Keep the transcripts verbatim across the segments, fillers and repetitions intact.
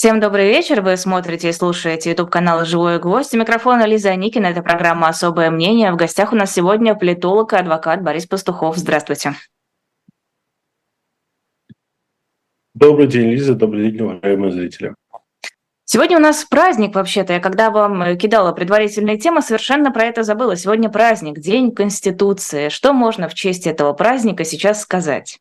Всем добрый вечер. Вы смотрите и слушаете YouTube-канал «Живой гвоздь». У микрофона Лиза Аникина. Это программа «Особое мнение». В гостях у нас сегодня политолог и адвокат Борис Пастухов. Здравствуйте. Добрый день, Лиза. Добрый день, уважаемые зрители. Сегодня у нас праздник, вообще-то. Я когда вам кидала предварительные темы, совершенно про это забыла. Сегодня праздник, День Конституции. Что можно в честь этого праздника сейчас сказать?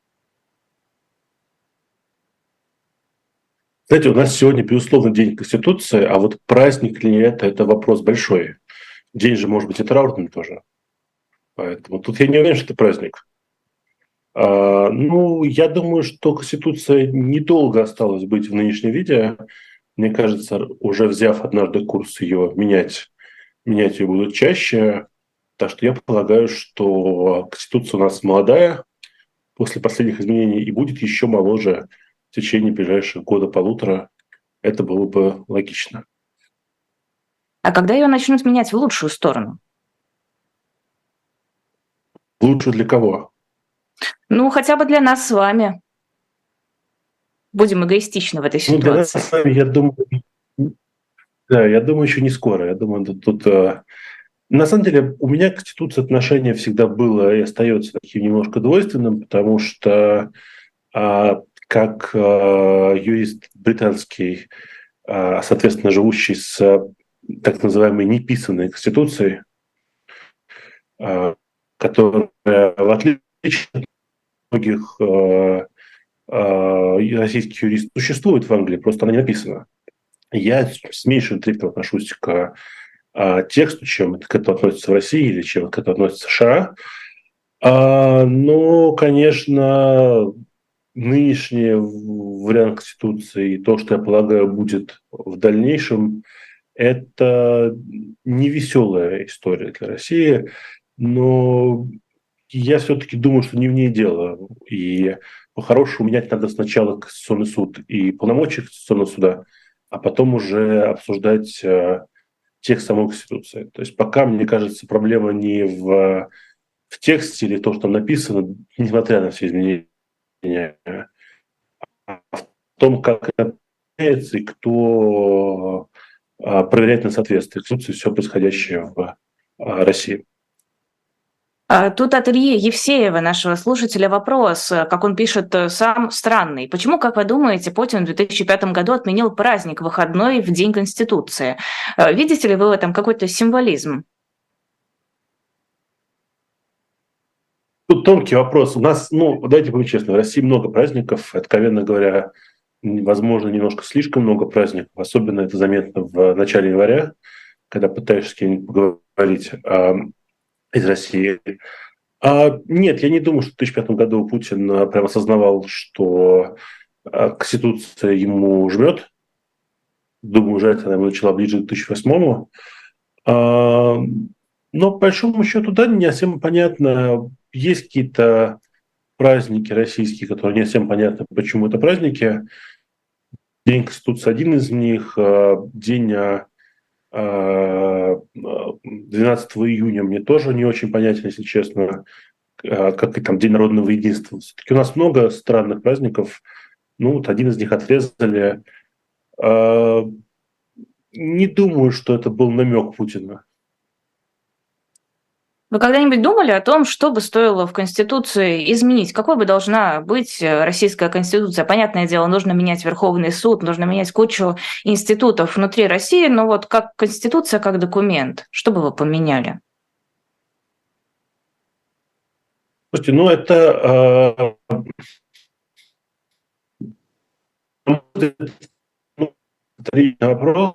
Знаете, у нас сегодня, безусловно, День Конституции, а вот праздник ли это, это вопрос большой. День же может быть и траурным тоже. Поэтому тут я не уверен, что это праздник. А, ну, я думаю, что Конституция недолго осталась быть в нынешнем виде. Мне кажется, уже взяв однажды курс ее менять, менять ее будут чаще. Так что я полагаю, что Конституция у нас молодая после последних изменений и будет еще моложе в течение ближайших года-полутора. Это было бы логично. А когда ее начнут менять в лучшую сторону? Лучше для кого? Ну, хотя бы для нас с вами. Будем эгоистичны в этой Ну, для нас ситуации. с вами, я думаю, да, я думаю, еще не скоро. Я думаю, тут, тут э, на самом деле у меня к Конституции отношение всегда было и остается таким немножко двойственным, потому что а, как а, юрист британский, а, соответственно, живущий с так называемой неписанной Конституцией, а, которая, в отличие от многих а, а, российских юристов, существует в Англии, просто она не написана. Я с меньшим трепетом отношусь к а, тексту, чем к этому относится в России или чем к этому относится в США. А, но, конечно, нынешний вариант Конституции и то, что, я полагаю, будет в дальнейшем, это невеселая история для России, но я все-таки думаю, что не в ней дело. И по-хорошему менять надо сначала Конституционный суд и полномочия Конституционного суда, а потом уже обсуждать э, текст самой Конституции. То есть пока, мне кажется, проблема не в, в тексте или то, что там написано, несмотря на все изменения, а в том, как это меняется и кто а, проверяет на соответствие Конституции все происходящее в а, России. А тут от Ильи Евсеева, нашего слушателя, вопрос, как он пишет сам, странный. Почему, как вы думаете, Путин в две тысячи пятом году отменил праздник выходной в День Конституции? Видите ли вы в этом какой-то символизм? Тут тонкий вопрос. У нас, ну, давайте будем честны, в России много праздников, откровенно говоря, возможно, немножко слишком много праздников. Особенно это заметно в начале января, когда пытаешься с кем-нибудь поговорить а, из России. А, нет, я не думаю, что в две тысячи пятом году Путин а, прям осознавал, что а, Конституция ему жмет. Думаю, уже это, наверное, начала ближе к две тысячи восьмому. А, но, по большому счету, да, не совсем понятно. Есть какие-то праздники российские, которые не совсем понятно, почему это праздники. День Конституции один из них, а, день а, двенадцатого июня мне тоже не очень понятен, если честно, а, как и там День народного единства. Все-таки у нас много странных праздников. Ну, вот один из них отрезали. А, Не думаю, что это был намек Путина. Вы когда-нибудь думали о том, что бы стоило в Конституции изменить? Какой бы должна быть российская Конституция? Понятное дело, нужно менять Верховный суд, нужно менять кучу институтов внутри России, но вот как Конституция, как документ, что бы вы поменяли? Слушайте, ну это э, вопрос.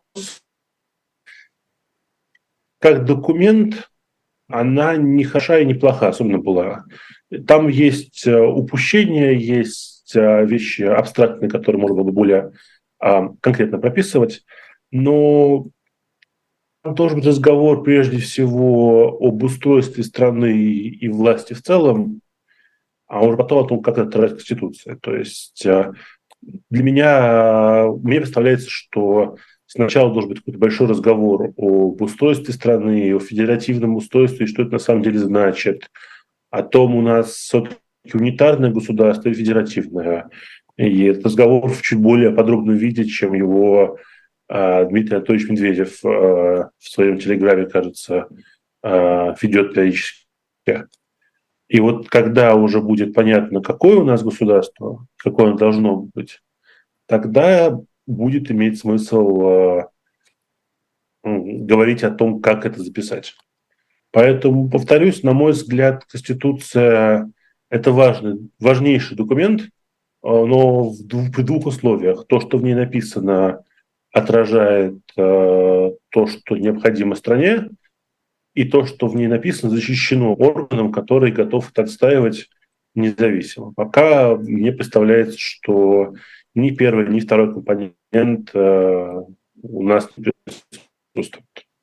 Как документ она не хороша и не плоха, особенно была. Там есть э, упущения, есть э, вещи абстрактные, которые можно было бы более а, конкретно прописывать, но там должен быть разговор прежде всего об устройстве страны и власти в целом, а уже потом о том, как это отражает Конституция. То есть э, для меня, мне представляется, что сначала должен быть какой-то большой разговор об устройстве страны, о федеративном устройстве, и что это на самом деле значит, о том, у нас все-таки унитарное государство или федеративное, И этот разговор в чуть более подробном виде, чем его э, Дмитрий Анатольевич Медведев э, в своем телеграме, кажется, э, ведет периодически. И вот когда уже будет понятно, какое у нас государство, какое оно должно быть, тогда будет иметь смысл э, говорить о том, как это записать. Поэтому, повторюсь, на мой взгляд, Конституция – это важный, важнейший документ, э, но в двух, при двух условиях. То, что в ней написано, отражает э, то, что необходимо стране, и то, что в ней написано, защищено органом, который готов это отстаивать независимо. Пока мне представляется, что ни первый, ни второй компонент э, у нас не присутствует.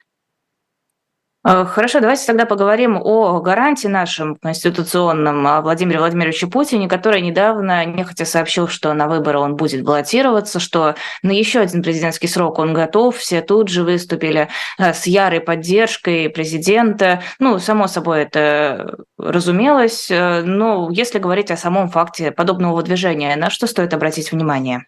Хорошо, давайте тогда поговорим о гарантии нашем конституционном о Владимире Владимировиче Путине, который недавно нехотя сообщил, что на выборы он будет баллотироваться, что на еще один президентский срок он готов. Все тут же выступили с ярой поддержкой президента. Ну, само собой, это разумелось. Но если говорить о самом факте подобного выдвижения, на что стоит обратить внимание?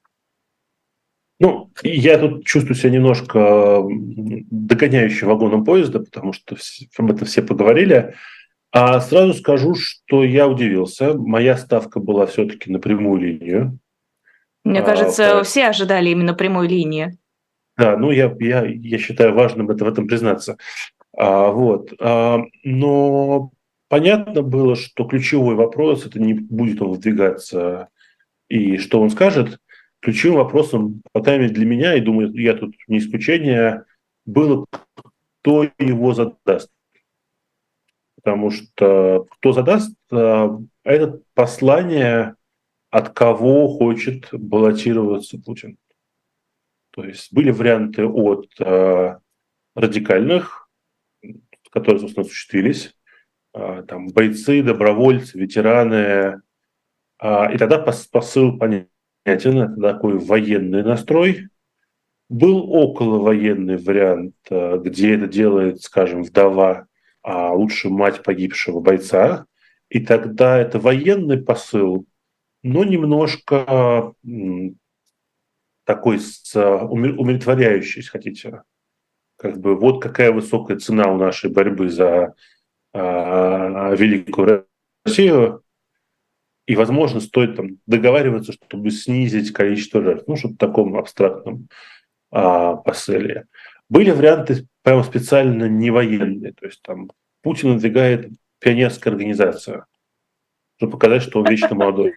Ну, я тут чувствую себя немножко догоняющим вагоном поезда, потому что об этом все поговорили. А сразу скажу, что я удивился. Моя ставка была все-таки на прямую линию. Мне А, кажется, поэтому... все ожидали именно прямой линии. Да, ну я, я, я считаю важным это, в этом признаться. А, вот. А, но понятно было, что ключевой вопрос – это не будет он выдвигаться и что он скажет. Ключевым вопросом, по крайней мере для меня, и думаю, я тут не исключение, было, кто его задаст. Потому что кто задаст, это послание, от кого хочет баллотироваться Путин. То есть были варианты от радикальных, которые, собственно, осуществились, там, бойцы, добровольцы, ветераны. И тогда посыл понятен, это такой военный настрой. Был околовоенный вариант, где это делает, скажем, вдова, а лучше мать погибшего бойца. И тогда это военный посыл, но немножко такой умиротворяющий, если хотите. Как бы вот какая высокая цена у нашей борьбы за а, великую Россию. И, возможно, стоит там договариваться, чтобы снизить количество жертв. Ну, что-то в таком абстрактном а, посыле. Были варианты прямо специально не военные. То есть там Путин надвигает пионерская организация, чтобы показать, что он вечно молодой.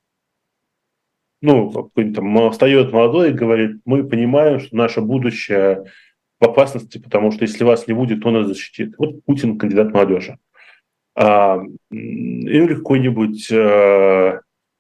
Ну, там встает молодой и говорит, мы понимаем, что наше будущее в опасности, потому что если вас не будет, то нас защитит. Вот Путин кандидат молодежи. А, или какой-нибудь а,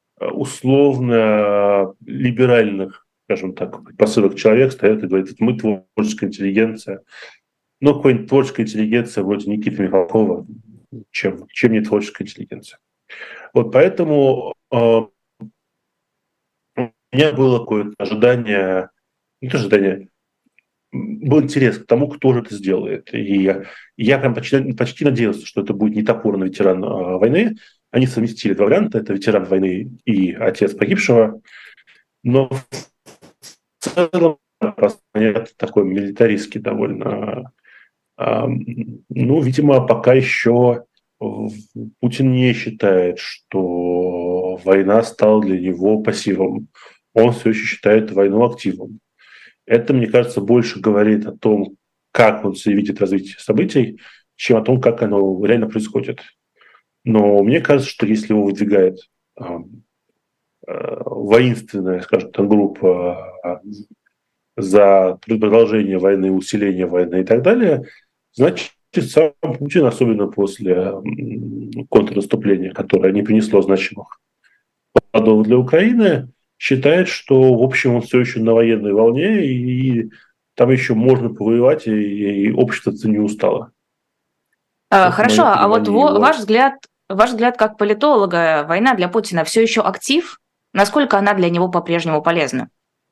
условно либеральных, скажем так, посылок человек стоит и говорит, мы творческая интеллигенция. Но какая-нибудь творческая интеллигенция вроде Никиты Михалкова, чем, чем не творческая интеллигенция. Вот поэтому э, у меня было какое-то ожидание, не то ожидание, был интерес к тому, кто же это сделает. И я, я прям почти, почти надеялся, что это будет не топорный ветеран э, войны. Они совместили два варианта. Это ветеран войны и отец погибшего. Но в целом такой милитаристский довольно. Э, ну, видимо, пока еще Путин не считает, что война стала для него пассивом. Он все еще считает войну активом. Это, мне кажется, больше говорит о том, как он себе видит развитие событий, чем о том, как оно реально происходит. Но мне кажется, что если его выдвигает э, э, воинственная, скажем так, группа э, за продолжение войны, усиление войны и так далее, значит, сам Путин, особенно после э, контрнаступления, которое не принесло значимых плодов для Украины, считает, что, в общем, он все еще на военной волне, и там еще можно повоевать, и, и общество не устало. А, хорошо, а вот его... ваш взгляд, ваш взгляд как политолога, война для Путина все еще актив? Насколько она для него по-прежнему полезна?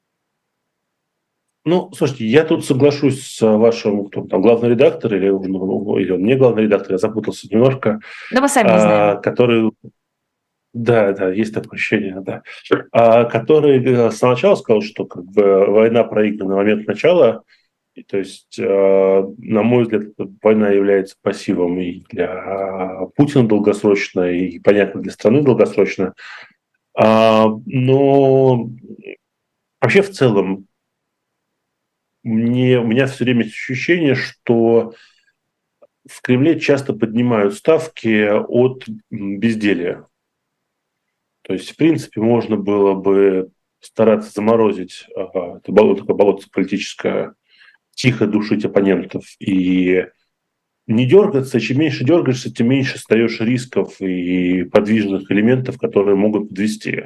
Ну, слушайте, я тут соглашусь с вашим, кто там, главный редактор, или, или он не главный редактор, я запутался немножко, Да мы сами не знаем. Который... Да, да, есть такое ощущение, да. А, который э, сначала сказал, что как бы война проиграна на момент начала, и, то есть, э, на мой взгляд, эта война является пассивом и для Путина долгосрочно, и, понятно, для страны долгосрочно. А, но вообще в целом мне, у меня все время есть ощущение, что в Кремле часто поднимают ставки от безделия. То есть, в принципе, можно было бы стараться заморозить ага, это болото, такое болото политическое, тихо душить оппонентов и не дергаться. Чем меньше дергаешься, тем меньше стаешь рисков и подвижных элементов, которые могут подвести.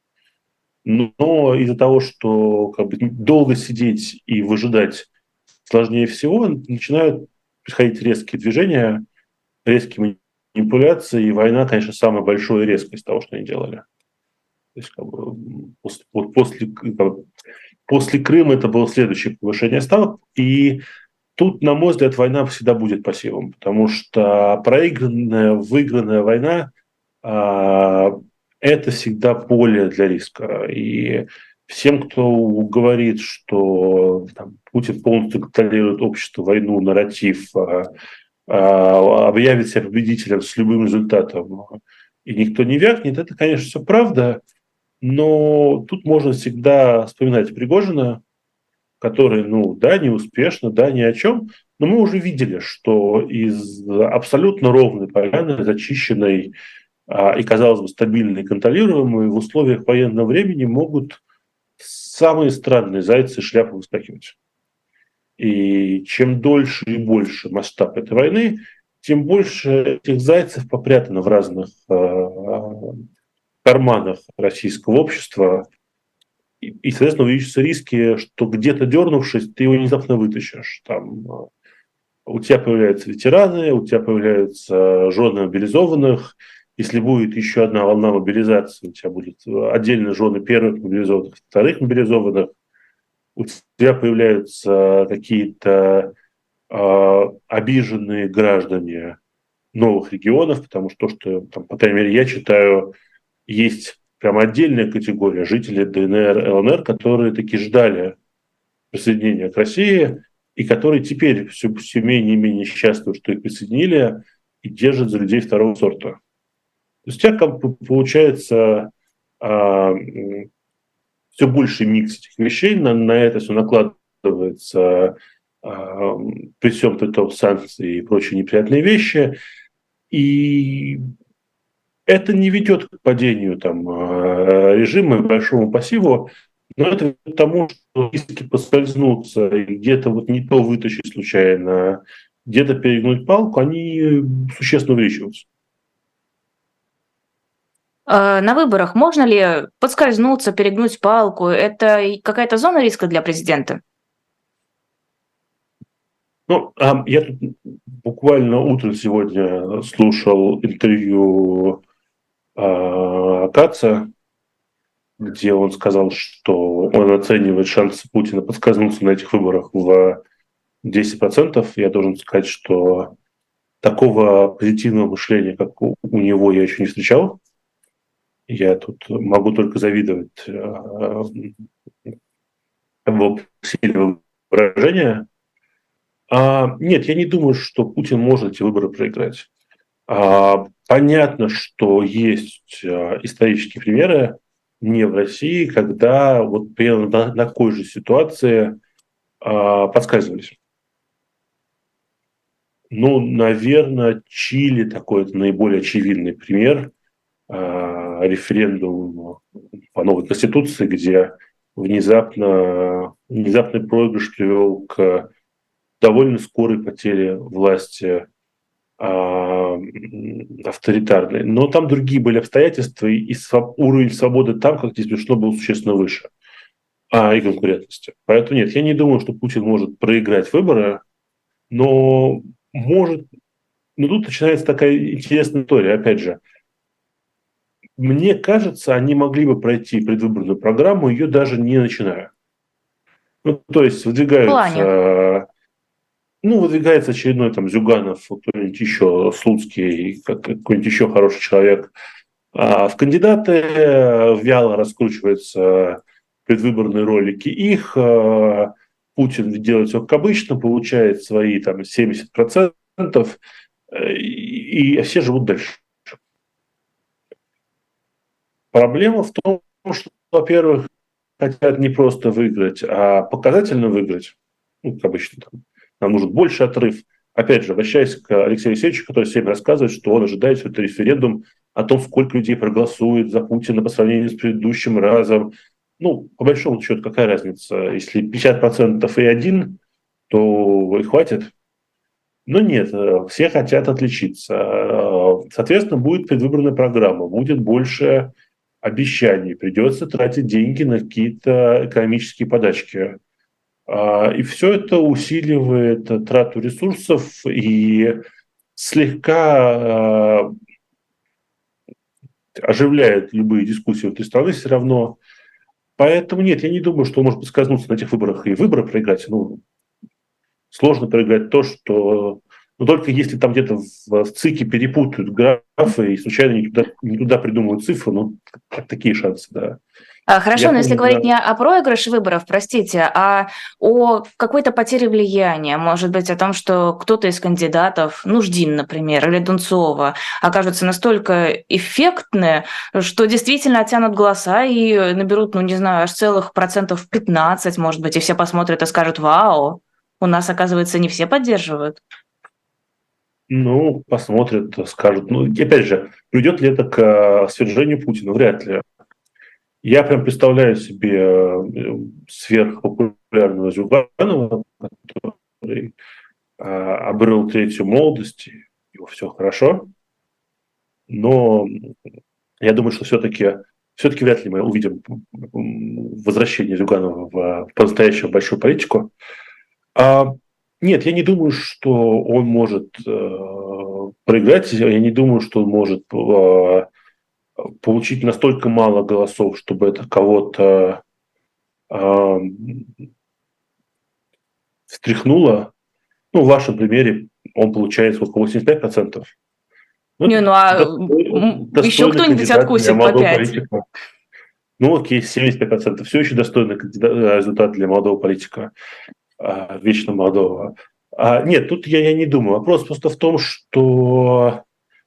Но из-за того, что как бы, долго сидеть и выжидать сложнее всего, начинают происходить резкие движения, резкие манипуляции, и война, конечно, самая большая резкость того, что они делали. То есть, как бы, после, вот после, как бы, после Крыма это было следующее повышение ставок. И тут, на мой взгляд, война всегда будет пассивом, потому что проигранная, выигранная война а, это всегда поле для риска. И всем, кто говорит, что там, Путин полностью контролирует общество, войну, нарратив, а, а, объявит себя победителем с любым результатом, и никто не вякнет, это, конечно, все правда, но тут можно всегда вспоминать Пригожина, который, ну, да, не успешно, да, ни о чем, но мы уже видели, что из абсолютно ровной поляны, зачищенной а, и, казалось бы, стабильной и контролируемой, в условиях военного времени могут самые странные зайцы и шляпы выскакивать. И чем дольше и больше масштаб этой войны, тем больше этих зайцев попрятано в разных э, карманах российского общества. И, и, соответственно, увеличатся риски, что где-то дернувшись, ты его внезапно вытащишь. Там, э, у тебя появляются ветераны, у тебя появляются жены мобилизованных. Если будет еще одна волна мобилизации, у тебя будет отдельно жены первых мобилизованных, вторых мобилизованных. У тебя появляются какие-то э, обиженные граждане новых регионов, потому что то, что, там, по крайней мере, я читаю, есть прям отдельная категория жителей ДНР, ЛНР, которые таки ждали присоединения к России, и которые теперь все, все менее и менее счастливы, что их присоединили, и держат за людей второго сорта. То есть у тебя как бы получается а, все больше микс этих вещей, на, на это все накладывается а, при всем при том санкции и прочие неприятные вещи, и это не ведет к падению там, а, режима и большому пассиву, но это ведет к тому, что риски поскользнуться и где-то вот не то вытащить случайно, где-то перегнуть палку, они существенно увеличиваются. Э, На выборах можно ли подскользнуться, перегнуть палку? Это и какая-то зона риска для президента? Ну, а я тут буквально утром сегодня слушал интервью а, Каца, где он сказал, что он оценивает шансы Путина подскользнуться на этих выборах в десять процентов. Я должен сказать, что такого позитивного мышления, как у, у него, я еще не встречал. Я тут могу только завидовать э, его силе выражения. А, нет, я не думаю, что Путин может эти выборы проиграть. А, понятно, что есть а, исторические примеры не в России, когда вот примерно на, на такой же ситуации а, подсказывались. Ну, наверное, Чили такой наиболее очевидный пример а, референдум по новой конституции, где внезапно, внезапный проигрыш привел к довольно скорой потере власти а, авторитарной. Но там другие были обстоятельства, и своб- уровень свободы там, как здесь смешно, был существенно выше, а, и конкурентности. Поэтому нет, я не думаю, что Путин может проиграть выборы, но может. Но тут начинается такая интересная история. Опять же, мне кажется, они могли бы пройти предвыборную программу, ее даже не начиная. Ну, то есть В плане. выдвигаются, ну, выдвигается очередной там Зюганов, кто-нибудь еще, Слуцкий, как- какой-нибудь еще хороший человек, А в кандидаты вяло раскручиваются предвыборные ролики их. Путин делает все как обычно, получает свои там семьдесят процентов, и все живут дальше. Проблема в том, что, во-первых, хотят не просто выиграть, а показательно выиграть. Ну, как обычно, там, нам нужен больше отрыв. Опять же, обращаясь к Алексею Алексеевичу, который всем рассказывает, что он ожидает, что это референдум о том, сколько людей проголосует за Путина по сравнению с предыдущим разом. Ну, по большому счету, какая разница? Если пятьдесят процентов и один, то и хватит. Но нет, все хотят отличиться. Соответственно, будет предвыборная программа, будет больше обещаний, придется тратить деньги на какие-то экономические подачки. И все это усиливает трату ресурсов и слегка оживляет любые дискуссии внутри страны все равно. Поэтому нет, я не думаю, что он может подсказнуться на этих выборах и выборы проиграть. Ну, сложно проиграть то, что... Но только если там где-то в, в ЦИКе перепутают графы и случайно не туда, не туда придумывают цифры, ну, такие шансы, да. Хорошо, я но помню, если говорить да. не о проигрыше выборов, простите, а о какой-то потере влияния, может быть, о том, что кто-то из кандидатов, Нуждин, например, или Дунцова, окажутся настолько эффектны, что действительно оттянут голоса и наберут, ну, не знаю, аж целых процентов пятнадцать, может быть, и все посмотрят и скажут: «Вау, у нас, оказывается, не все поддерживают». Ну, посмотрят, скажут. Ну, опять же, придет ли это к свержению Путина? Вряд ли. Я прям представляю себе сверхпопулярного Зюганова, который обрел третью молодость, его все хорошо. Но я думаю, что все-таки все-таки вряд ли мы увидим возвращение Зюганова в по-настоящему большую политику. А, нет, я не думаю, что он может э, проиграть. Я не думаю, что он может э, получить настолько мало голосов, чтобы это кого-то э, встряхнуло. Ну, в вашем примере он получает сколько, восемьдесят пять процентов. Ну, не, ну а достойный, еще кто-нибудь откусит по пять. Ну, окей, семьдесят пять процентов. Все еще достойный результат для молодого политика, вечно молодого. А, нет, тут я, я не думаю. Вопрос просто в том, что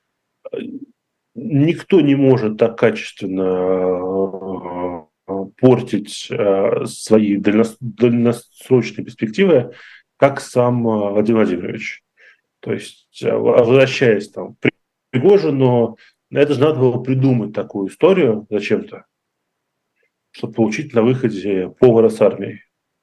никто не может так качественно портить свои дальносрочные перспективы, как сам Владимир Владимирович. То есть, возвращаясь там, к Пригожину, это же надо было придумать такую историю зачем-то, чтобы получить на выходе повара с армией.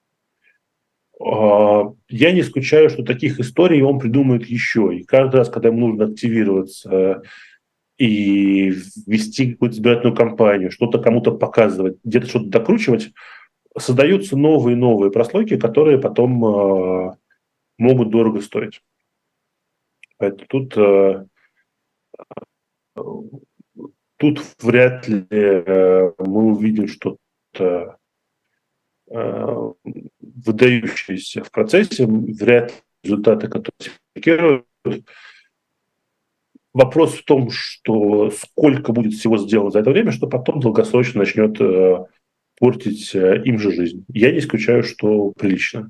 Я не исключаю, что таких историй он придумает еще. И каждый раз, когда ему нужно активироваться и вести какую-то избирательную кампанию, что-то кому-то показывать, где-то что-то докручивать, создаются новые и новые прослойки, которые потом могут дорого стоить. Поэтому тут, тут вряд ли мы увидим что-то выдающиеся в процессе, вряд ли результаты, которые спикируют. Вопрос в том, что сколько будет всего сделано за это время, что потом долгосрочно начнет портить им же жизнь. Я не исключаю, что прилично.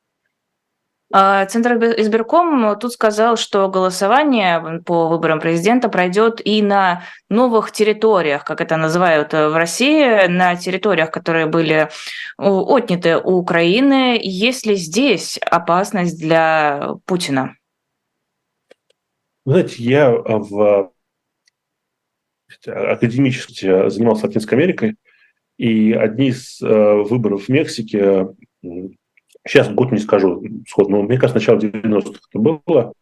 Центр избирком тут сказал, что голосование по выборам президента пройдет и на новых территориях, как это называют в России, на территориях, которые были отняты у Украины. Есть ли здесь опасность для Путина? Знаете, я в академически занимался Латинской Америкой, и одни из выборов в Мексике, сейчас год не скажу сходу, но мне кажется, начало девяностых это было,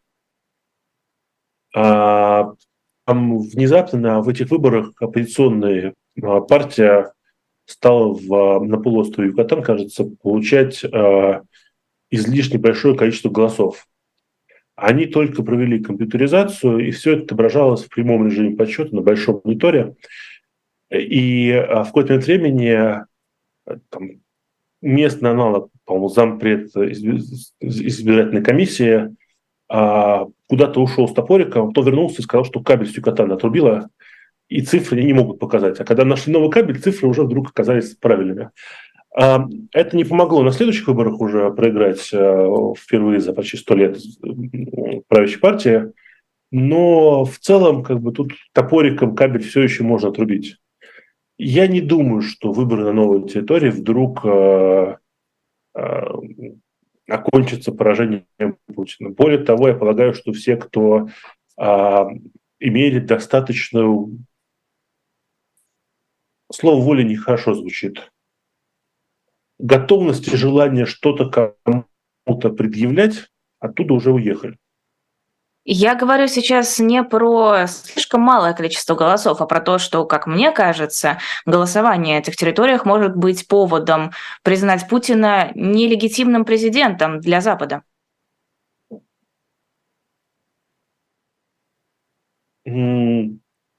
а, там внезапно в этих выборах оппозиционная партия стала в, на полуострове Юкатан, кажется, получать а, излишне большое количество голосов. Они только провели компьютеризацию, и все это отображалось в прямом режиме подсчета на большом мониторе. И в какой-то момент времени там, местный аналог, по-моему, зампред избирательной комиссии куда-то ушел с топориком, потом вернулся и сказал, что кабель с Юкатана отрубило, и цифры не могут показать. А когда нашли новый кабель, цифры уже вдруг оказались правильными. Это не помогло на следующих выборах уже проиграть впервые за почти сто лет правящей партии, но в целом как бы тут топориком кабель все еще можно отрубить. Я не думаю, что выборы на новой территории вдруг э, э, окончатся поражением Путина. Более того, я полагаю, что все, кто э, имеет достаточную... Слово «воля» нехорошо звучит. Готовность и желание что-то кому-то предъявлять, оттуда уже уехали. Я говорю сейчас не про слишком малое количество голосов, а про то, что, как мне кажется, голосование на этих территориях может быть поводом признать Путина нелегитимным президентом для Запада. Ну,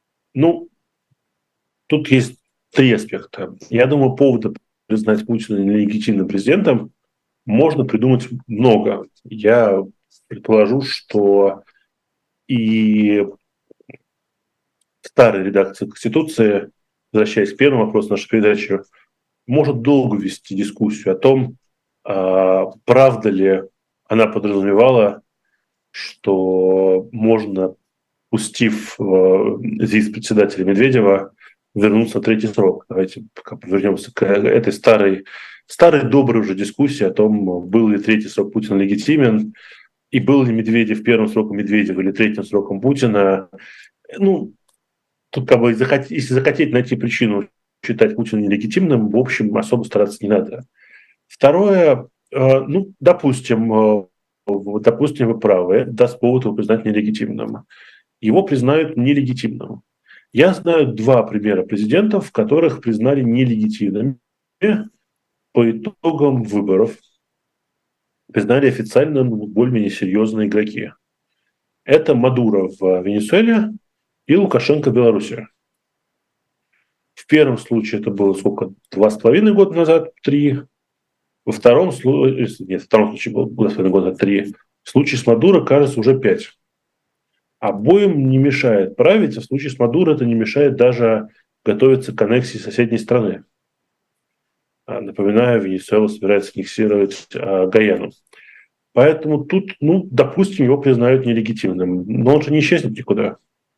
тут есть три аспекта. Я думаю, повода признать Путина нелегитимным президентом можно придумать много. Я предположу, что и в старой редакции Конституции, возвращаясь к первому вопросу нашей передачи, может долго вести дискуссию о том, правда ли она подразумевала, что можно, пустив ЗИС председателя Медведева, вернуться на третий срок. Давайте пока вернемся к этой старой, старой доброй уже дискуссии о том, был ли третий срок Путина легитимен, и был ли Медведев первым сроком Медведева или третьим сроком Путина. Ну, тут как бы, если захотеть найти причину считать Путина нелегитимным, в общем, особо стараться не надо. Второе, ну, допустим, допустим, вы правы, это даст повод его признать нелегитимным. Его признают нелегитимным. Я знаю два примера президентов, которых признали нелегитимными по итогам выборов. Признали официально более-менее серьезные игроки. Это Мадуро в Венесуэле и Лукашенко в Беларуси. В первом случае это было сколько? Два с половиной года назад, три. Во втором случае, нет, во втором случае было два с половиной года назад, три. В случае с Мадуро, кажется, уже пять. Обоим не мешает править, а в случае с Мадуро это не мешает даже готовиться к аннексии соседней страны. Напоминаю, Венесуэла собирается аннексировать а, Гаяну. Поэтому тут, ну, допустим, его признают нелегитимным. Но он же не исчезнет никуда.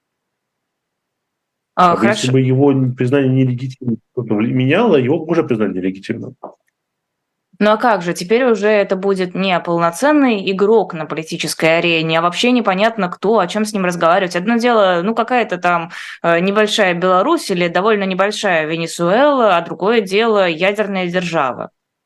А, если бы его признание нелегитимным меняло, его бы уже признали нелегитимным. Ну а как же, теперь уже это будет не полноценный игрок на политической арене, а вообще непонятно кто, о чем с ним разговаривать. Одно дело, ну какая-то там небольшая Беларусь или довольно небольшая Венесуэла, а другое дело ядерная держава.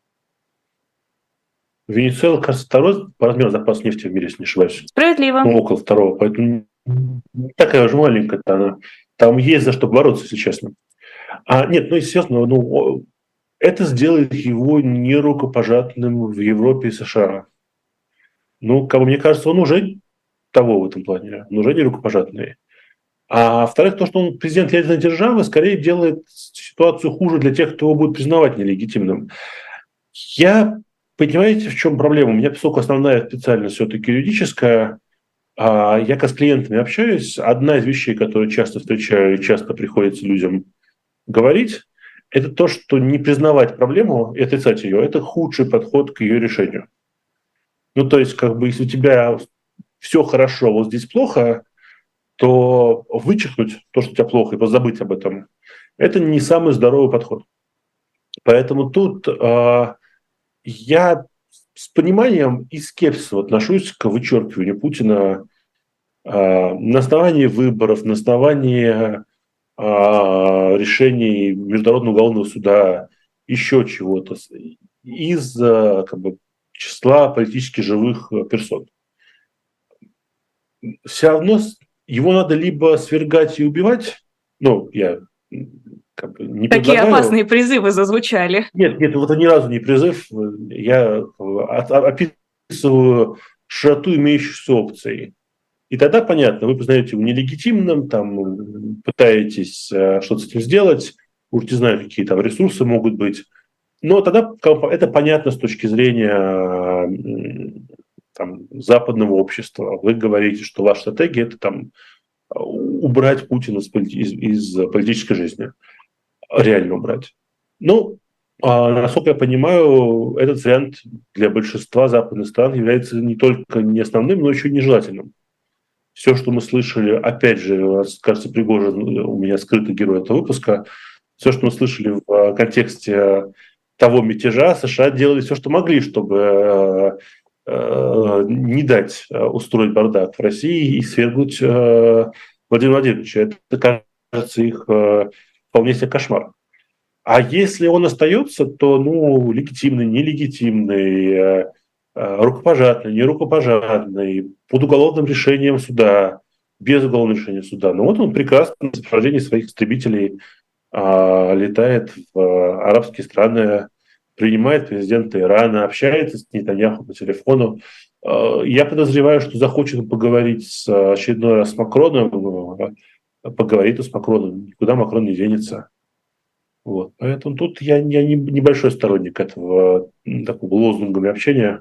Венесуэла, кажется, второй по размеру запас нефти в мире, если не ошибаюсь. Справедливо. Ну, около второго, поэтому не такая уже маленькая-то она. Там есть за что бороться, если честно. А нет, ну, естественно, ну, это сделает его нерукопожатным в Европе и США. Ну, как бы, мне кажется, он уже того в этом плане, он уже нерукопожатный. А во-вторых, то, что он президент ядерной державы, скорее делает ситуацию хуже для тех, кто его будет признавать нелегитимным. Я, понимаете, в чем проблема? У меня, поскольку основная специальность все-таки юридическая, я как с клиентами общаюсь. Одна из вещей, которые часто встречаю и часто приходится людям говорить, это то, что не признавать проблему и отрицать ее – это худший подход к ее решению. Ну, то есть, как бы, если у тебя все хорошо, вот здесь плохо, то вычеркнуть то, что у тебя плохо, и позабыть об этом – это не самый здоровый подход. Поэтому тут э, я с пониманием и скепсисом отношусь к вычеркиванию Путина э, на основании выборов, на основании решений Международного уголовного суда, еще чего-то, из как бы, числа политически живых персон. Все равно его надо либо свергать и убивать, ну, я как бы не Такие предлагаю... опасные призывы зазвучали. Нет, нет, вот это ни разу не призыв. Я описываю широту имеющихся опций. И тогда понятно, вы признаете его нелегитимным, там, пытаетесь э, что-то с этим сделать, уж не знаю, какие там ресурсы могут быть. Но тогда это понятно с точки зрения э, там, западного общества. Вы говорите, что ваша стратегия – это там, убрать Путина из, из, из политической жизни. Реально убрать. Ну, насколько я понимаю, этот вариант для большинства западных стран является не только не основным, но еще и нежелательным. Все, что мы слышали, опять же, кажется, Пригожин у меня скрытый герой этого выпуска, все, что мы слышали в контексте того мятежа, США делали все, что могли, чтобы не дать устроить бардак в России и свергнуть Владимира Владимировича. Это, кажется, их вполне себе кошмар. А если он остается, то, ну, легитимный, нелегитимный, рукопожатный, не рукопожатный, под уголовным решением суда, без уголовного решения суда. Ну вот он прекрасно в сопровождении своих истребителей а, летает в арабские страны, принимает президента Ирана, общается с Нетаньяху по телефону. А, я подозреваю, что захочет поговорить с, очередной раз с Макроном, поговорит с Макроном, никуда Макрон не денется. Вот. Поэтому тут я, я не, небольшой сторонник этого такого лозунгами общения.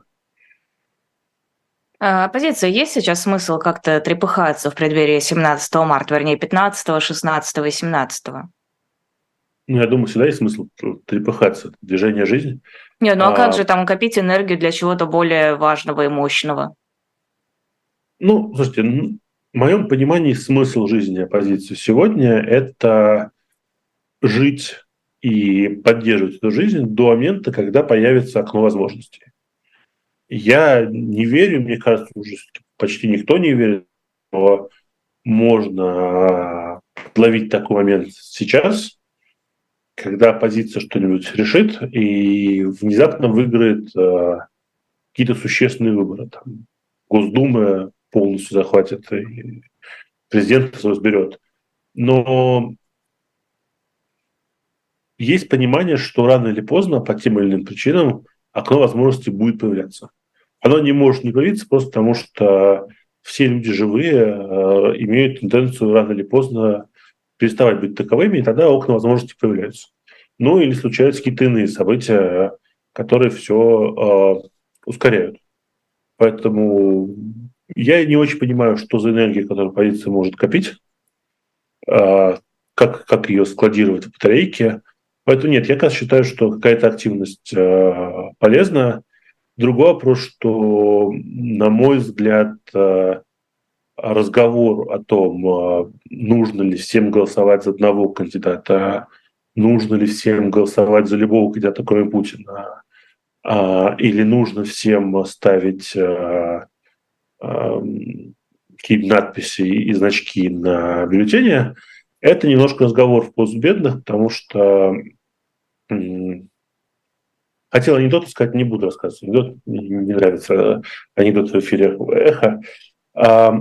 А оппозиции есть сейчас смысл как-то трепыхаться в преддверии семнадцатого марта, вернее, пятнадцатого, шестнадцатого и семнадцатого? Ну, я думаю, всегда есть смысл трепыхаться. Движение «Жизнь». Не, ну а, а как же там копить энергию для чего-то более важного и мощного? Ну, слушайте, в моем понимании смысл жизни оппозиции сегодня – это жить и поддерживать эту жизнь до момента, когда появится окно возможностей. Я не верю, мне кажется, уже почти никто не верит, что можно ловить такой момент сейчас, когда оппозиция что-нибудь решит и внезапно выиграет э, какие-то существенные выборы. Там, Госдума полностью захватит, и президент разберет. Но есть понимание, что рано или поздно по тем или иным причинам окно возможностей будет появляться. Оно не может не появиться просто потому, что все люди живые э, имеют тенденцию рано или поздно переставать быть таковыми, и тогда окна возможностей появляются. Ну или случаются какие-то иные события, которые все э, ускоряют. Поэтому я не очень понимаю, что за энергия, которую оппозиция может копить, э, как, как ее складировать в батарейке. Поэтому нет, я как раз считаю, что какая-то активность э, полезна. Другой вопрос, что, на мой взгляд, разговор о том, нужно ли всем голосовать за одного кандидата, нужно ли всем голосовать за любого кандидата, кроме Путина, или нужно всем ставить какие-то надписи и значки на бюллетене, это немножко разговор в пользу бедных, потому что хотел анекдот сказать, не буду рассказывать. Анекдот, мне не нравится анекдот в эфире «Эхо». А...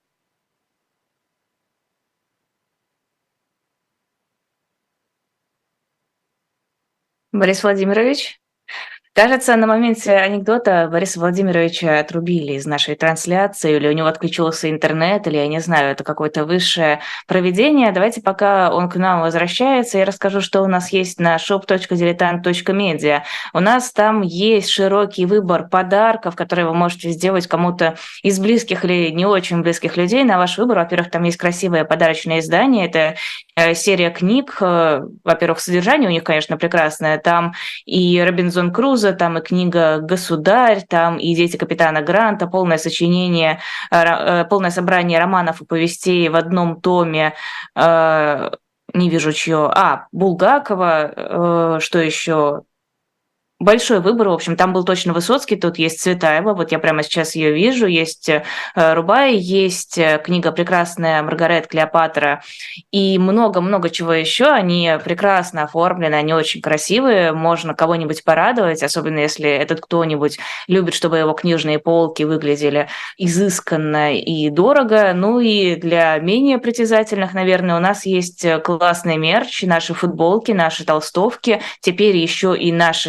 Борис Владимирович? Кажется, на моменте анекдота Бориса Владимировича отрубили из нашей трансляции, или у него отключился интернет, или, я не знаю, это какое-то высшее провидение. Давайте, пока он к нам возвращается, я расскажу, что у нас есть на shop точка diletant точка media. У нас там есть широкий выбор подарков, которые вы можете сделать кому-то из близких или не очень близких людей на ваш выбор. Во-первых, там есть красивое подарочное издание, это серия книг. Во-первых, содержание у них, конечно, прекрасное. Там и Робинзон Крузо, там и книга «Государь», там и «Дети капитана Гранта», полное сочинение, полное собрание романов и повестей в одном томе, не вижу чье, а, Булгакова, что еще? Большой выбор, в общем, там был точно Высоцкий, тут есть Цветаева, вот я прямо сейчас ее вижу, есть э, Рубай, есть книга прекрасная «Маргарет Клеопатра» и много-много чего еще, они прекрасно оформлены, они очень красивые, можно кого-нибудь порадовать, особенно если этот кто-нибудь любит, чтобы его книжные полки выглядели изысканно и дорого, ну и для менее притязательных, наверное, у нас есть классный мерч, наши футболки, наши толстовки, теперь еще и наши жилеты,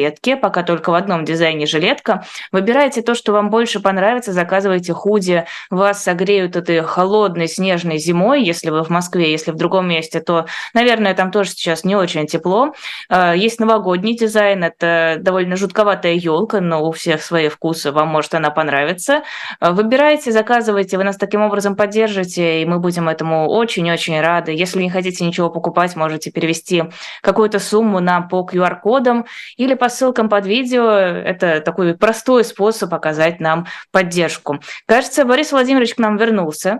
жилетки, пока только в одном дизайне жилетка. Выбирайте то, что вам больше понравится, заказывайте худи, вас согреют этой холодной снежной зимой, если вы в Москве, если в другом месте, то, наверное, там тоже сейчас не очень тепло. Есть новогодний дизайн, это довольно жутковатая елка, но у всех свои вкусы, вам может она понравиться. Выбирайте, заказывайте, вы нас таким образом поддержите, и мы будем этому очень-очень рады. Если не хотите ничего покупать, можете перевести какую-то сумму нам по ку ар-кодам или по ссылкам под видео. Это такой простой способ оказать нам поддержку. Кажется, Борис Владимирович к нам вернулся.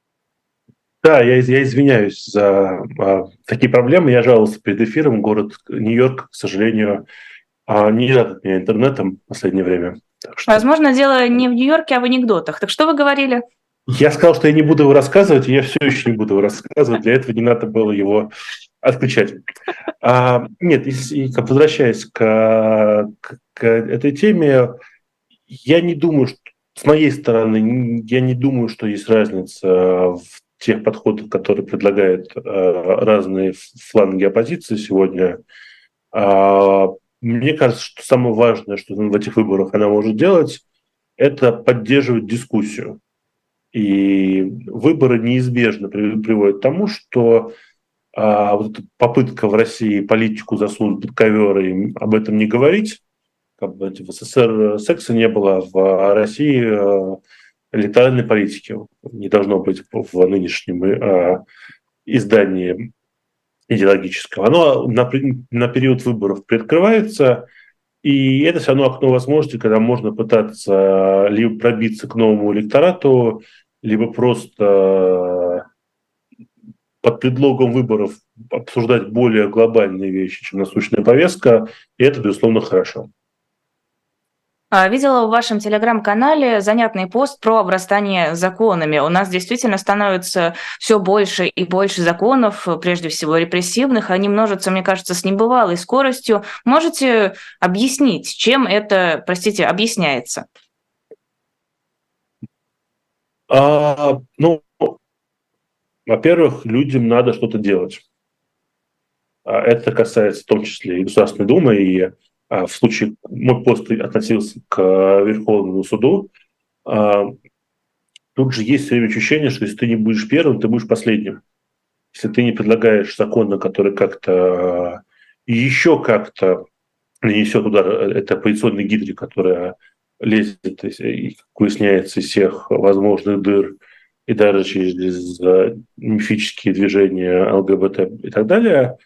Да, я, я извиняюсь за а, такие проблемы. Я жаловался перед эфиром. Город Нью-Йорк, к сожалению, а, не рад меня интернетом в последнее время. Что... Возможно, дело не в Нью-Йорке, а в анекдотах. Так что вы говорили? Я сказал, что я не буду его рассказывать, и я все еще не буду его рассказывать. Для этого не надо было его отключать. А, нет, и, и, возвращаясь к, к, к этой теме, я не думаю, что с моей стороны, я не думаю, что есть разница в тех подходах, которые предлагают э, разные фланги оппозиции сегодня. А, мне кажется, что самое важное, что в этих выборах она может делать, это поддерживать дискуссию. И выборы неизбежно приводят к тому, что а, вот эта попытка в России политику засунуть под ковер и об этом не говорить, как бы в СССР секса не было, в России электоральной политики не должно быть в нынешнем а, издании идеологическом. Оно на, на период выборов приоткрывается, и это все равно окно возможностей, когда можно пытаться либо пробиться к новому электорату, либо просто под предлогом выборов обсуждать более глобальные вещи, чем насущная повестка, и это, безусловно, хорошо. Видела в вашем телеграм-канале занятный пост про обрастание законами. У нас действительно становится все больше и больше законов, прежде всего репрессивных. Они множатся, мне кажется, с небывалой скоростью. Можете объяснить, чем это, простите, объясняется? А, ну, во-первых, людям надо что-то делать. Это касается в том числе и Государственной Думы, и в случае, мой пост относился к Верховному суду, тут же есть все время ощущение, что если ты не будешь первым, ты будешь последним. Если ты не предлагаешь законы, которые как-то еще как-то нанесет удар этой оппозиционной гидре, которая лезет и выясняется из всех возможных дыр, и даже через мифические движения ЛГБТ и так далее,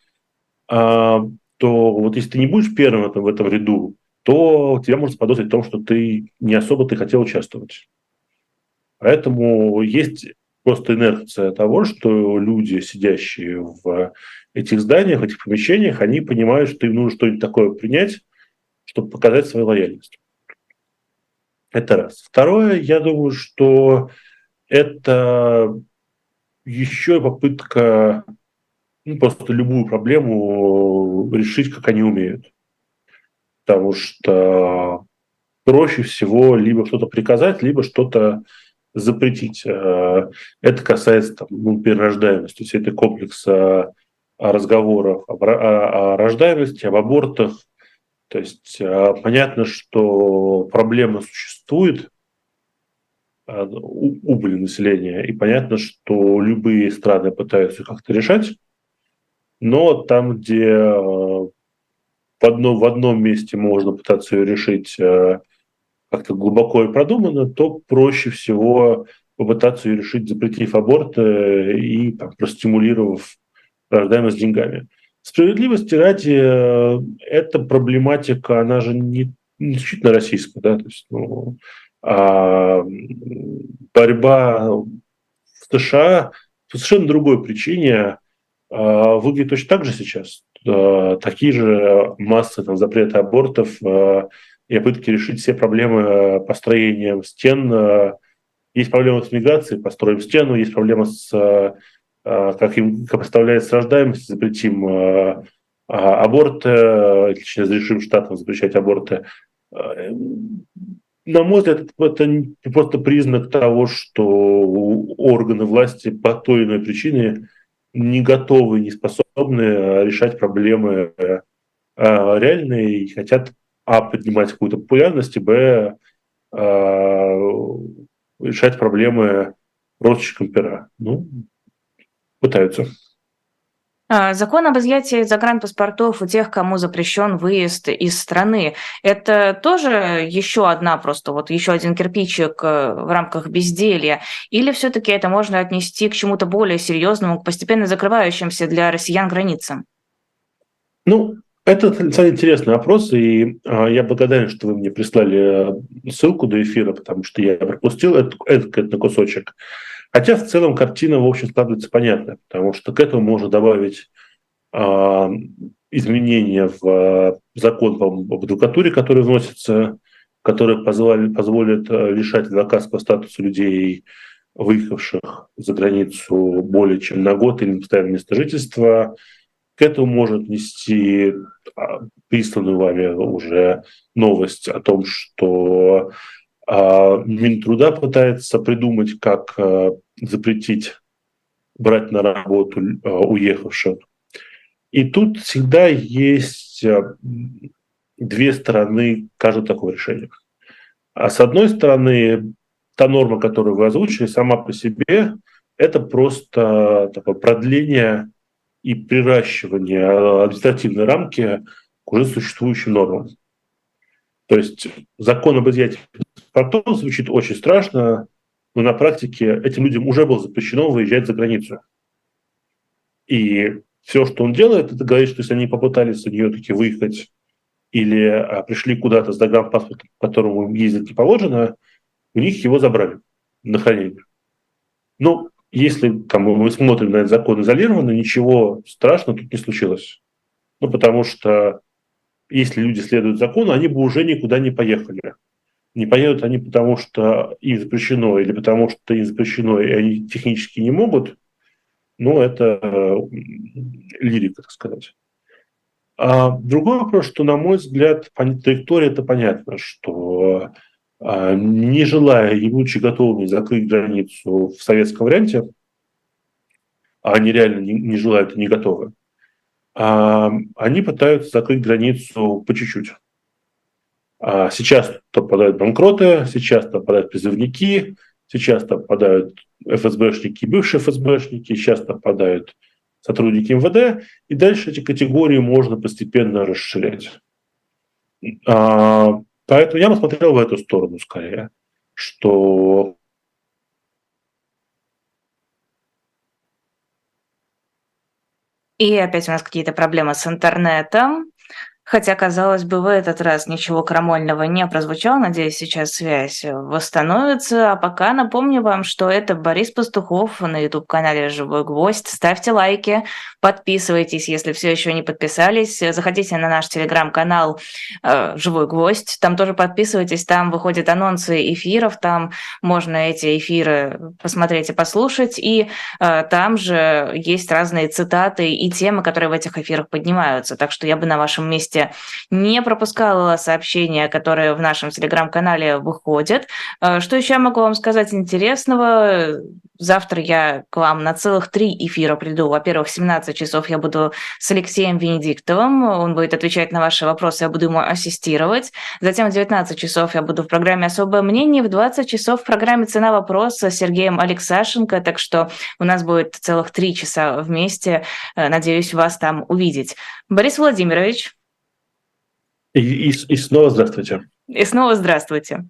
то вот если ты не будешь первым в этом, в этом ряду, то тебя можно заподозрить в том, что ты не особо ты хотел участвовать. Поэтому есть просто инерция того, что люди, сидящие в этих зданиях, в этих помещениях, они понимают, что им нужно что-нибудь такое принять, чтобы показать свою лояльность. Это раз. Второе, я думаю, что это еще попытка ну, просто любую проблему решить, как они умеют. Потому что проще всего либо что-то приказать, либо что-то запретить. Это касается там, ну, перерождаемости, всей этой комплекса разговоров о, о рождаемости, об абортах. То есть понятно, что проблема существует, убыли населения, и понятно, что любые страны пытаются как-то решать, но там, где в одном, в одном месте можно пытаться ее решить как-то глубоко и продуманно, то проще всего попытаться ее решить, запретив аборты и там, простимулировав рождаемость деньгами. Справедливости ради, эта проблематика, она же не, не исключительно российская, да, то есть, ну, а борьба в США по совершенно другой причине выглядит точно так же сейчас. Такие же массы там, запрета абортов и попытки решить все проблемы построением стен. Есть проблема с миграцией, построим стену, есть проблема с, как им как представляется, рождаемость, запретим аборты, точнее, разрешим штатам запрещать аборты. На мой взгляд, это просто признак того, что органы власти по той или иной причине не готовы, не способны решать проблемы реальные и хотят а, поднимать какую-то популярность, и, б, решать проблемы ростчиком пера. Ну, пытаются. Закон об изъятии загранпаспортов у тех, кому запрещен выезд из страны, это тоже еще одна просто, вот еще один кирпичик в рамках безделья? Или все-таки это можно отнести к чему-то более серьезному, к постепенно закрывающимся для россиян границам? Ну, это самый интересный вопрос, и а, я благодарен, что вы мне прислали ссылку до эфира, потому что я пропустил этот, этот, этот кусочек. Хотя в целом картина, в общем, складывается понятно, потому что к этому можно добавить а, изменения в а, закон об адвокатуре, который вносится, который позволит, позволит лишать адвокатского статуса людей, выехавших за границу более чем на год или на постоянное место жительства. К этому может нести присланную вами уже новость о том, что Минтруда пытается придумать, как запретить брать на работу уехавших. И тут всегда есть две стороны каждого такого решения. А с одной стороны, та норма, которую вы озвучили, сама по себе, это просто такое продление и приращивание административной рамки к уже существующим нормам. То есть закон об изъятии паспортов звучит очень страшно, но на практике этим людям уже было запрещено выезжать за границу. И все, что он делает, это говорит, что если они попытались за нее таки выехать или а, пришли куда-то с загранпаспортом, по которому ездить не положено, у них его забрали на хранение. Ну, если там, мы смотрим на этот закон изолированно, ничего страшного тут не случилось. Ну, потому что если люди следуют закону, они бы уже никуда не поехали. Не поедут они потому, что им запрещено, или потому, что им запрещено, и они технически не могут. Ну, это э, лирика, так сказать. А другой вопрос, что, на мой взгляд, траектория это понятно, что э, не желая и будучи готовыми закрыть границу в советском варианте, а они реально не, не желают и не готовы, а, они пытаются закрыть границу по чуть-чуть. А сейчас попадают банкроты, сейчас попадают призывники, сейчас попадают эф эс бэшники, бывшие эф эс бэшники, сейчас попадают сотрудники эм вэ дэ, и дальше эти категории можно постепенно расширять. А, поэтому я бы смотрел в эту сторону скорее, что И опять у нас какие-то проблемы с интернетом. Хотя, казалось бы, в этот раз ничего крамольного не прозвучало. Надеюсь, сейчас связь восстановится. А пока напомню вам, что это Борис Пастухов на YouTube-канале «Живой гвоздь». Ставьте лайки, подписывайтесь, если все еще не подписались. Заходите на наш телеграм-канал «Живой гвоздь». Там тоже подписывайтесь, там выходят анонсы эфиров, там можно эти эфиры посмотреть и послушать. И там же есть разные цитаты и темы, которые в этих эфирах поднимаются. Так что я бы на вашем месте не пропускала сообщения, которые в нашем телеграм-канале выходят. Что еще я могу вам сказать интересного? Завтра я к вам на целых три эфира приду. Во-первых, в семнадцать часов я буду с Алексеем Венедиктовым. Он будет отвечать на ваши вопросы, я буду ему ассистировать. Затем в девятнадцать часов я буду в программе «Особое мнение». В двадцать часов в программе «Цена вопроса» с Сергеем Алексашенко. Так что у нас будет целых три часа вместе. Надеюсь, вас там увидеть. Борис Владимирович. И, и, и снова здравствуйте. И снова здравствуйте.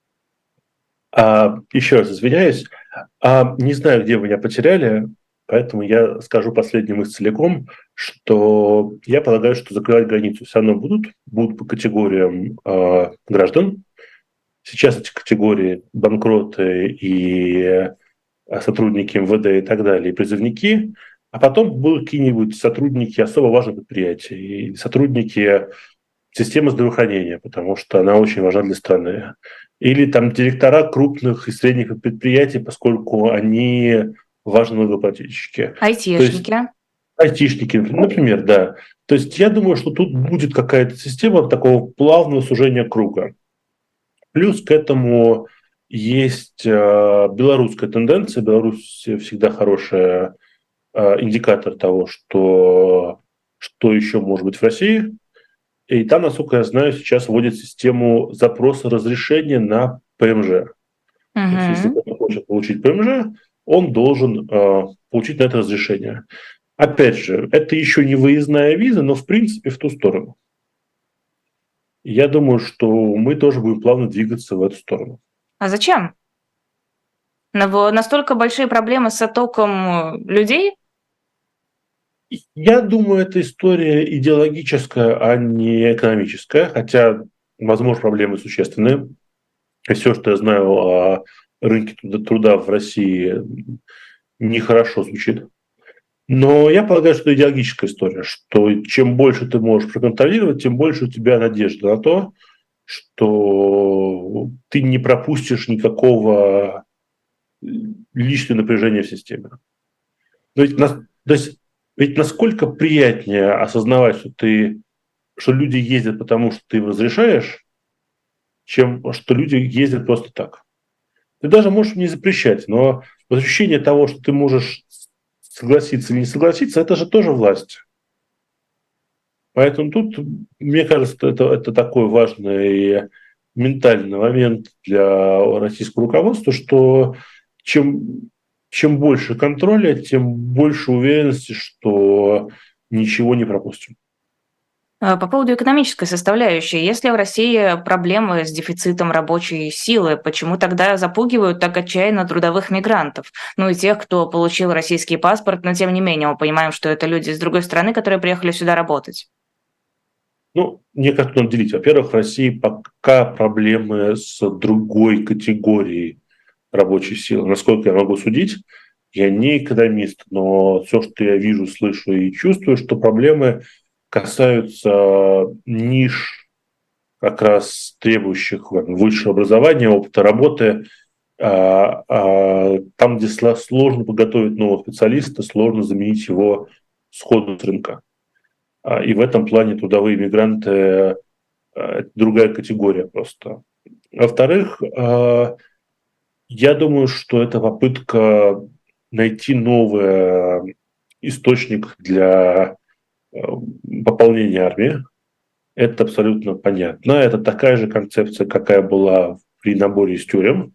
А, еще раз извиняюсь. А, не знаю, где вы меня потеряли, поэтому я скажу последнюю мысль целиком, что я полагаю, что закрывать границу все равно будут, будут по категориям э, граждан. Сейчас эти категории банкроты и сотрудники эм вэ дэ и так далее, и призывники, а потом будут какие-нибудь сотрудники особо важных предприятий, и сотрудники системы здравоохранения, потому что она очень важна для страны. Или там директора крупных и средних предприятий, поскольку они важные налогоплательщики. Айтишники. Айтишники, например, да. То есть я думаю, что тут будет какая-то система такого плавного сужения круга. Плюс к этому есть э, белорусская тенденция. Беларусь всегда хороший э, индикатор того, что, что еще может быть в России. И там, насколько я знаю, сейчас вводят систему запроса разрешения на ПМЖ. То есть, если Угу. кто-то хочет получить ПМЖ, он должен э, получить на это разрешение. Опять же, это еще не выездная виза, но в принципе в ту сторону. Я думаю, что мы тоже будем плавно двигаться в эту сторону. А зачем? Наво- Настолько большие проблемы с оттоком э, людей? Я думаю, это история идеологическая, а не экономическая, хотя, возможно, проблемы существенные. И все, что я знаю о рынке труда в России, нехорошо звучит. Но я полагаю, что это идеологическая история, что чем больше ты можешь проконтролировать, тем больше у тебя надежда на то, что ты не пропустишь никакого лишнего напряжения в системе. Но ведь, нас- то есть, ведь насколько приятнее осознавать, что, ты, что люди ездят потому, что ты им разрешаешь, чем что люди ездят просто так. Ты даже можешь не запрещать, но вот ощущение того, что ты можешь согласиться или не согласиться, это же тоже власть. Поэтому тут, мне кажется, это, это такой важный ментальный момент для российского руководства, что чем, чем больше контроля, тем больше уверенности, что ничего не пропустим. А, По поводу экономической составляющей. Если в России проблемы с дефицитом рабочей силы, почему тогда запугивают так отчаянно трудовых мигрантов? Ну и тех, кто получил российский паспорт, но тем не менее мы понимаем, что это люди с другой страны, которые приехали сюда работать. Ну, мне кажется, надо делить. Во-первых, в России пока проблемы с другой категорией рабочей силы. Насколько я могу судить, я не экономист, но все, что я вижу, слышу и чувствую, что проблемы касаются ниш, как раз требующих высшего образования, опыта работы, а, а, там, где сложно подготовить нового специалиста, сложно заменить его сходу с рынка. А, И в этом плане трудовые мигранты э, это другая категория просто. Во-вторых, э, я думаю, что это попытка найти новый источник для э, пополнения армии. Это абсолютно понятно. Это такая же концепция, какая была при наборе из тюрем,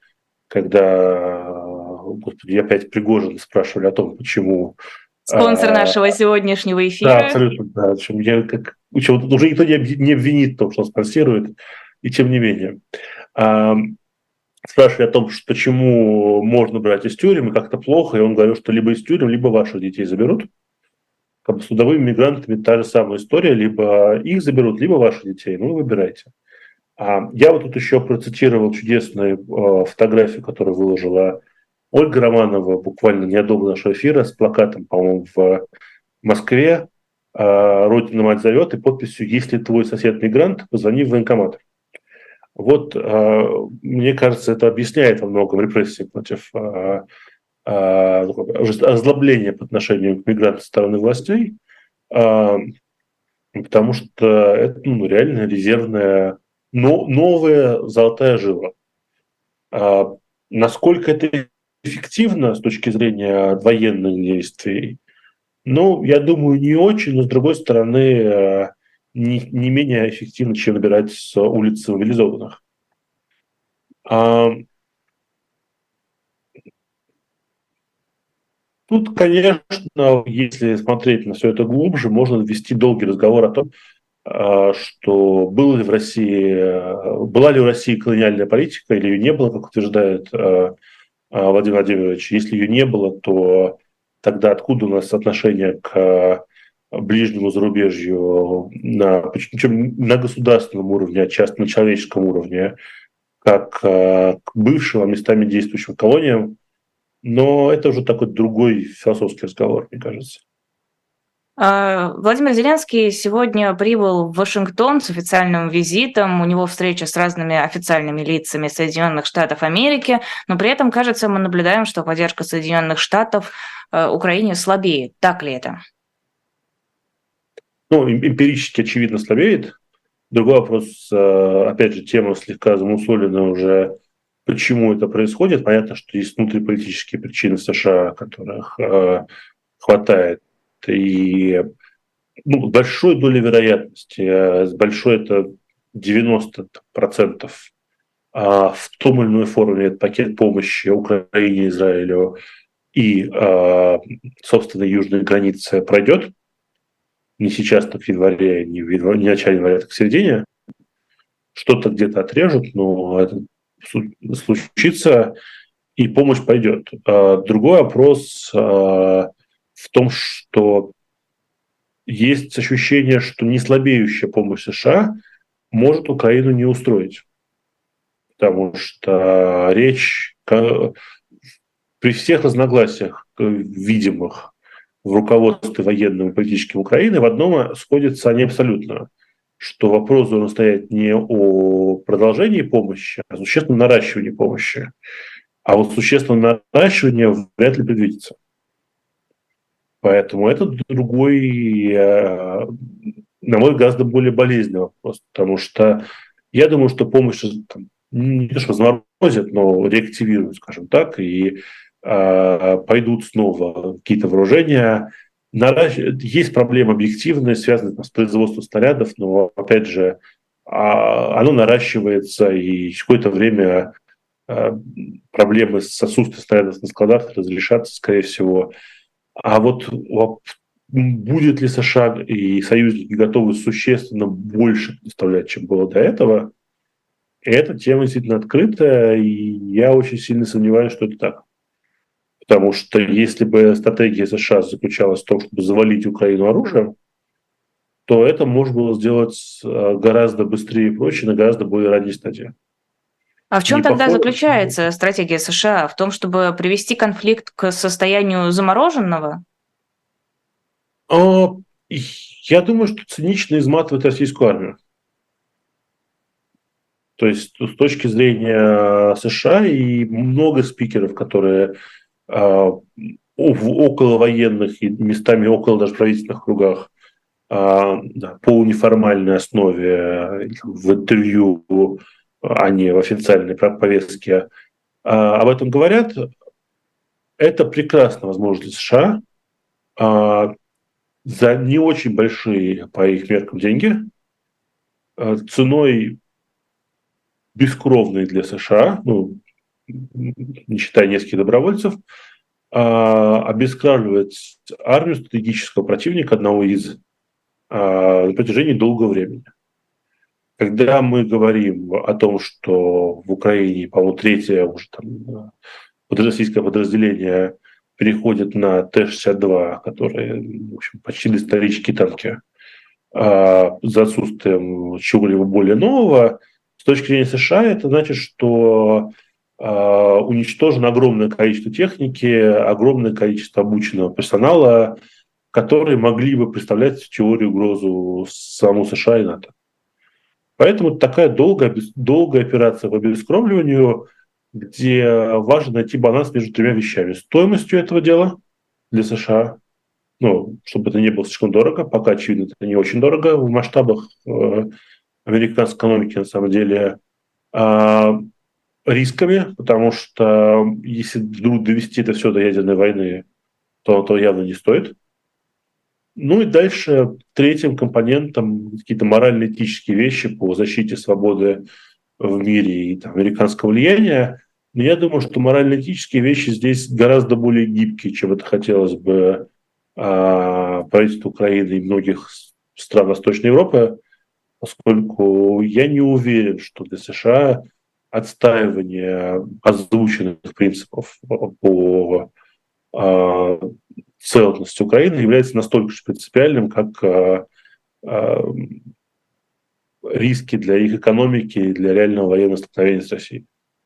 когда, господи, опять Пригожин спрашивали о том, почему. Спонсор э, нашего сегодняшнего Да, эфира. абсолютно, да. В общем, я как учил, уже никто не обви- не обвинит в том, что он спонсирует, и тем не менее. А, спрашивали о том, что почему можно брать из тюрем, и как-то плохо, и он говорил, что либо из тюрем, либо ваших детей заберут. Как бы с трудовыми мигрантами та же самая история, либо их заберут, либо ваших детей, ну, выбирайте. А я вот тут еще процитировал чудесную э, фотографию, которую выложила Ольга Романова буквально не до нашего эфира с плакатом, по-моему, в Москве. э, «Родина мать зовет» и подписью «Если твой сосед мигрант, позвони в военкомат». Вот, э, мне кажется, это объясняет во многом репрессии против э, э, озлобления по отношению к мигрантам со стороны властей, э, потому что это ну, реально резервная, но, новая золотая жила. А насколько это эффективно с точки зрения военных действий? Ну, я думаю, не очень, но с другой стороны, э, не, не менее эффективно, чем набирать с улиц цивилизованных. А, тут, конечно, если смотреть на все это глубже, можно вести долгий разговор о том, а, что было ли в России, э, была ли в России колониальная политика или ее не было, как утверждает э, а, Владимир Владимирович. Если ее не было, то тогда откуда у нас отношение к э, ближнему зарубежью на, причем на государственном уровне, а часто на человеческом уровне, как э, к бывшим, а местами действующим колониям. Но это уже такой другой философский разговор, мне кажется. А, Владимир Зеленский сегодня прибыл в Вашингтон с официальным визитом. У него встреча с разными официальными лицами Соединенных Штатов Америки, но при этом, кажется, мы наблюдаем, что поддержка Соединенных Штатов э, Украине слабеет. Так ли это? Ну, эм- эмпирически, очевидно, слабеет. Другой вопрос, э, опять же, тема слегка замусоленная уже, почему это происходит. Понятно, что есть внутриполитические причины в США, которых э, хватает. И ну, большой долей вероятности, э, с большой это девяносто процентов а, в том или иной форме этот пакет помощи Украине, Израилю и, а, собственно, южной границе пройдет. Не сейчас, так в январе, не в, январе, не в начале января, так в середине. Что-то где-то отрежут, но это случится, и помощь пойдет. А, другой вопрос а, в том, что есть ощущение, что не слабеющая помощь США может Украину не устроить. Потому что речь при всех разногласиях видимых в руководстве военным и политическим Украины в одном сходятся они абсолютно, что вопрос должен стоять не о продолжении помощи, а о существенном наращивании помощи. А вот существенное наращивание вряд ли предвидится. Поэтому это другой, на мой взгляд, гораздо более болезненный вопрос, потому что я думаю, что помощь там, не то, что заморозят, но реактивируют, скажем так, и э, пойдут снова какие-то вооружения. Наращ... Есть проблемы объективные, связанные там, с производством снарядов, но, опять же, э, оно наращивается, и через какое-то время э, проблемы с отсутствием снарядов на складах разрешатся, скорее всего. А вот будет ли США и союзники готовы существенно больше представлять, чем было до этого, эта тема действительно открытая, и я очень сильно сомневаюсь, что это так. Потому что если бы стратегия США заключалась в том, чтобы завалить Украину оружием, то это можно было сделать гораздо быстрее и проще, на гораздо более ранней стадии. А в чем Не тогда похоже... заключается стратегия США? В том, чтобы привести конфликт к состоянию замороженного? Я думаю, что цинично изматывает российскую армию. То есть с точки зрения США и много спикеров, которые в околовоенных и местами около даже правительственных кругах да, по неформальной основе в интервью, а не в официальной повестке об этом говорят, это прекрасная возможность для США за не очень большие по их меркам деньги, ценой бескровной для США, ну, не считая нескольких добровольцев, обескравливать армию стратегического противника одного из на протяжении долгого времени. Когда мы говорим о том, что в Украине, по-моему, третье уже там российское подразделение переходит на Т шестьдесят два, которые, в общем, почти доисторические танки, за отсутствием чего-либо более нового, с точки зрения США это значит, что уничтожено огромное количество техники, огромное количество обученного персонала, которые могли бы представлять в теории угрозу самому США и НАТО. Поэтому такая долгая, долгая операция по обескровливанию, где важно найти баланс между тремя вещами. Стоимостью этого дела для США, ну, чтобы это не было слишком дорого, пока, очевидно, это не очень дорого в масштабах э, американской экономики, на самом деле, э, рисками, потому что если вдруг довести это все до ядерной войны, то то явно не стоит. Ну и дальше третьим компонентом какие-то морально-этические вещи по защите свободы в мире и там, американского влияния. Но я думаю, что морально-этические вещи здесь гораздо более гибкие, чем это хотелось бы а, правительству Украины и многих стран Восточной Европы, поскольку я не уверен, что для США отстаивание озвученных принципов по а, целостности Украины является настолько же принципиальным, как а, а, риски для их экономики и для реального военного столкновения с Россией.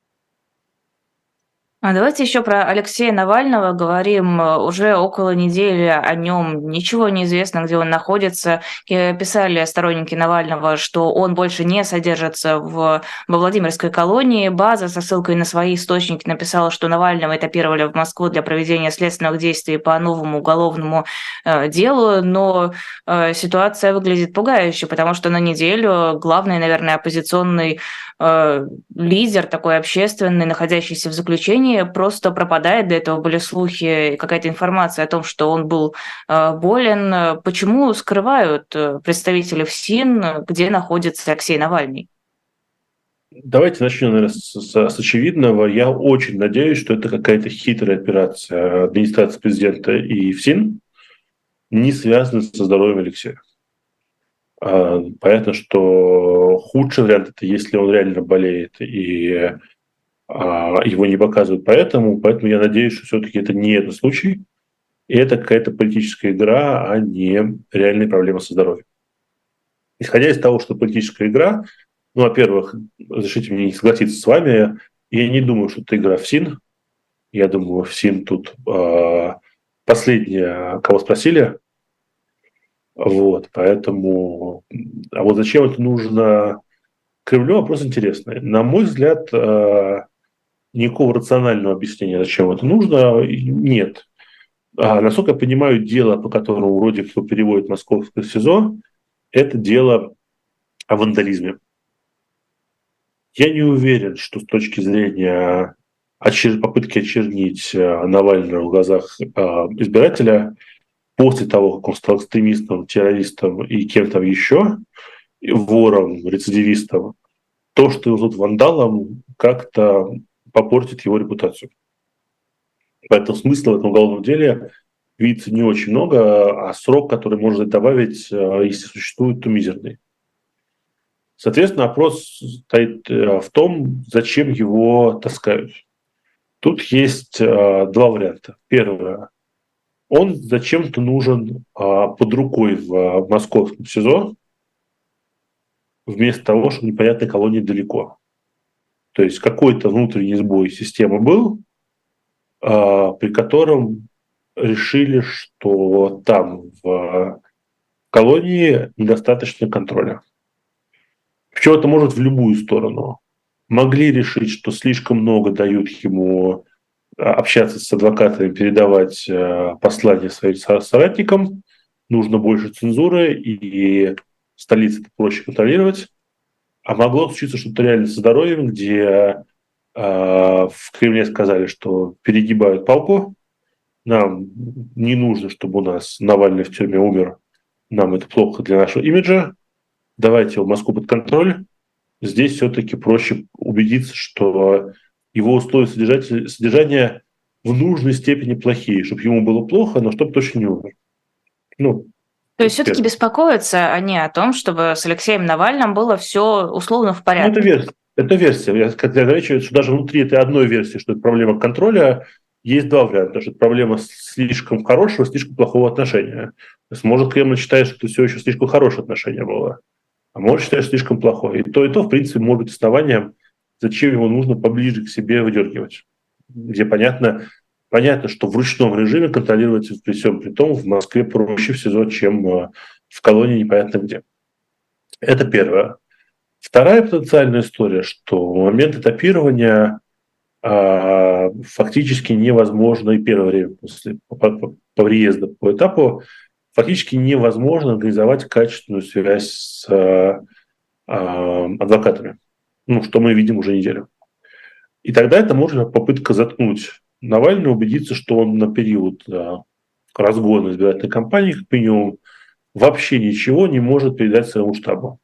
А давайте еще про Алексея Навального говорим. Уже около недели о нем ничего не известно, где он находится. Писали сторонники Навального, что он больше не содержится в, во Владимирской колонии. База со ссылкой на свои источники написала, что Навального этапировали в Москву для проведения следственных действий по новому уголовному э, делу. Но э, ситуация выглядит пугающе, потому что на неделю главный, наверное, оппозиционный э, лидер, такой общественный, находящийся в заключении, Навальный просто пропадает. До этого были слухи, какая-то информация о том, что он был болен. Почему скрывают представители ФСИН, где находится Алексей Навальный? Давайте начнем, наверное, с, с, с очевидного. Я очень надеюсь, что это какая-то хитрая операция администрации президента и ФСИН, не связанная со здоровьем Алексея. Понятно, что худший вариант – это если он реально болеет и его не показывают поэтому. Поэтому я надеюсь, что все-таки это не этот случай, и это какая-то политическая игра, а не реальные проблемы со здоровьем. Исходя из того, что политическая игра, ну, во-первых, разрешите мне не согласиться с вами, я не думаю, что это игра ФСИН. Я думаю, ФСИН тут э, последнее, кого спросили. Вот, поэтому... А вот зачем это нужно Кремлю, вопрос интересный. На мой взгляд, э, никакого рационального объяснения, зачем это нужно, нет. А, насколько я понимаю, дело, по которому вроде кто переводит московское СИЗО, это дело о вандализме. Я не уверен, что с точки зрения очер... попытки очернить Навального в глазах э, избирателя, после того, как он стал экстремистом, террористом и кем-то еще, и вором, рецидивистом, то, что его зовут вандалом, как-то попортит его репутацию. Поэтому смысла в этом уголовном деле видится не очень много, а срок, который можно добавить, если существует, то мизерный. Соответственно, вопрос стоит в том, зачем его таскают. Тут есть два варианта. Первое. Он зачем-то нужен под рукой в московском СИЗО, вместо того, чтобы непонятно кого недалеко. То есть какой-то внутренний сбой системы был, при котором решили, что там в колонии недостаточно контроля. Причем это может в любую сторону. Могли решить, что слишком много дают ему общаться с адвокатами, передавать послания своим соратникам, нужно больше цензуры, и столице это проще контролировать. А могло случиться что-то реально со здоровьем, где э, в Кремле сказали, что перегибают палку, нам не нужно, чтобы у нас Навальный в тюрьме умер, нам это плохо для нашего имиджа, давайте его Москву под контроль. Здесь все-таки проще убедиться, что его условия содержания, содержания в нужной степени плохие, чтобы ему было плохо, но чтобы точно не умер. Ну, То есть все-таки беспокоятся они о том, чтобы с Алексеем Навальным было все условно в порядке? Ну, это версия. Это версия. Я отвечу, что даже внутри этой одной версии, что это проблема контроля, есть два варианта. Что это проблема слишком хорошего, слишком плохого отношения. То есть, может, Кремль считает, что это все еще слишком хорошее отношение было, а может считать, что слишком плохое. И то, и то, в принципе, может быть основанием, зачем его нужно поближе к себе выдергивать. Где понятно, понятно, что в ручном режиме контролировать при всем при том в Москве проще в СИЗО, чем в колонии непонятно где. Это первое. Вторая потенциальная история, что в момент этапирования э, фактически невозможно, и первое время после по, по, по приезда по этапу, фактически невозможно организовать качественную связь с э, э, адвокатами, ну, что мы видим уже неделю. И тогда это может быть попытка заткнуть Навального, убедиться, что он на период э, разгона избирательной кампании, как минимум, вообще ничего не может передать своему штабу.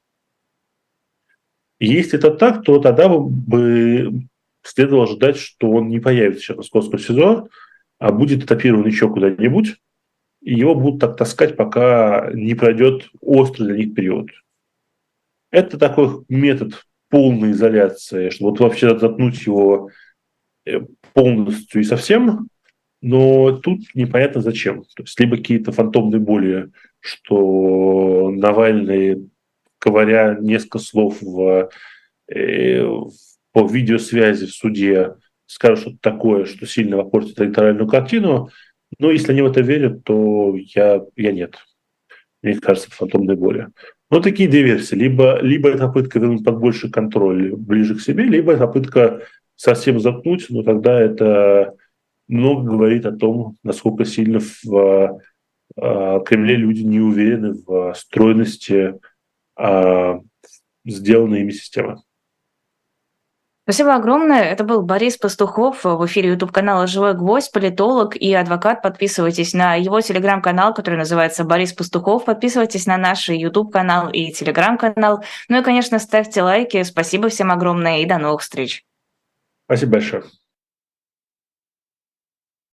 И если это так, то тогда бы следовало ожидать, что он не появится сейчас в московском СИЗО, а будет этапирован еще куда-нибудь, и его будут так таскать, пока не пройдет острый для них период. Это такой метод полной изоляции, чтобы вот вообще заткнуть его полностью и совсем, но тут непонятно зачем. То есть либо какие-то фантомные боли, что Навальный, говоря несколько слов в, э, по видеосвязи в суде, скажут что-то такое, что сильно попортит электоральную картину. Но если они в это верят, то я, я нет. Мне кажется, это фантомные боли. Но такие две версии. Либо, либо это попытка вернуть под больший контроль ближе к себе, либо это попытка совсем заткнуть, но тогда это много говорит о том, насколько сильно в Кремле люди не уверены в стройности а, сделанной ими системы. Спасибо огромное. Это был Борис Пастухов в эфире YouTube-канала «Живой гвоздь», политолог и адвокат. Подписывайтесь на его телеграм-канал, который называется «Борис Пастухов». Подписывайтесь на наш YouTube-канал и телеграм-канал. Ну и, конечно, ставьте лайки. Спасибо всем огромное и до новых встреч. Спасибо большое.